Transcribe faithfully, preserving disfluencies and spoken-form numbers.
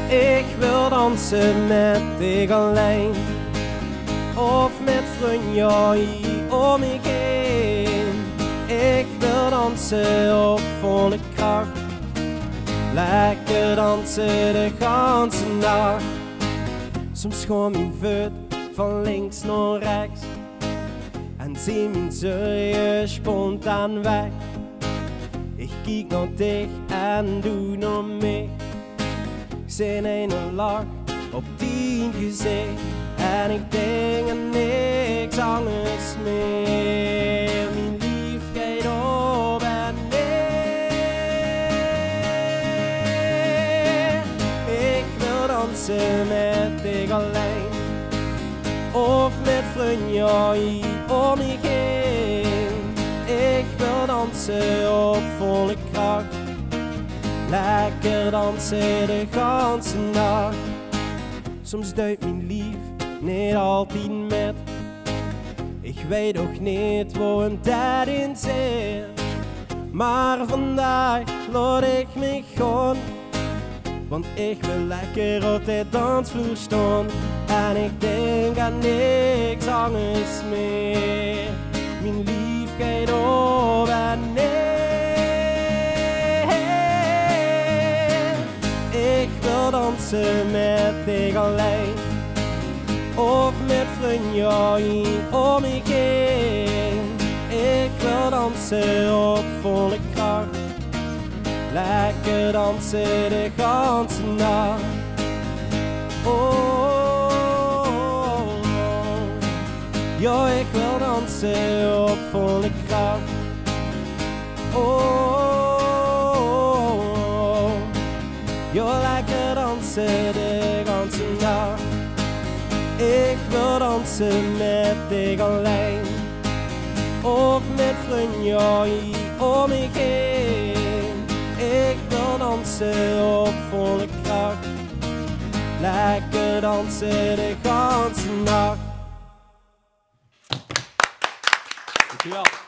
Ik wil dansen met dich alleen, of met vrienden hier om me heen. Ik wil dansen op volle kracht, lekker dansen de ganse nacht. Soms gewoon mijn voet van links naar rechts en zie mijn zeur spontaan weg. Ik kijk naar dich en doe naar mij. Ik zie een lach op die gezicht en ik denk aan niks anders meer. Mijn lief gaat op en neer. Ik wil dansen met dich alleen, of met vrienden hier om me heen. Ik wil dansen op volle kracht, lekker dansen de ganse nacht. Soms duidt mijn lief niet altijd met, ik weet nog niet waar een tijd in zit. Maar vandaag laat ik me gaan, want ik wil lekker op de dansvloer staan. En ik denk aan niks anders meer. Mijn lief gaat op en neer. Ik wil dansen met dich alleen, of met vrienden hier om me heen. Ik wil dansen op volle kracht, lekker dansen de ganse nacht. Oh, oh, oh. Jo, ik wil dansen op volle kracht. Oh, oh, oh. Jo, lekker dansen de ganse nacht. Ik wil dansen met dich alleen, of met vrienden hier om me heen. Ik wil dansen op volle kracht, lekker dansen de ganse nacht. Dankjewel.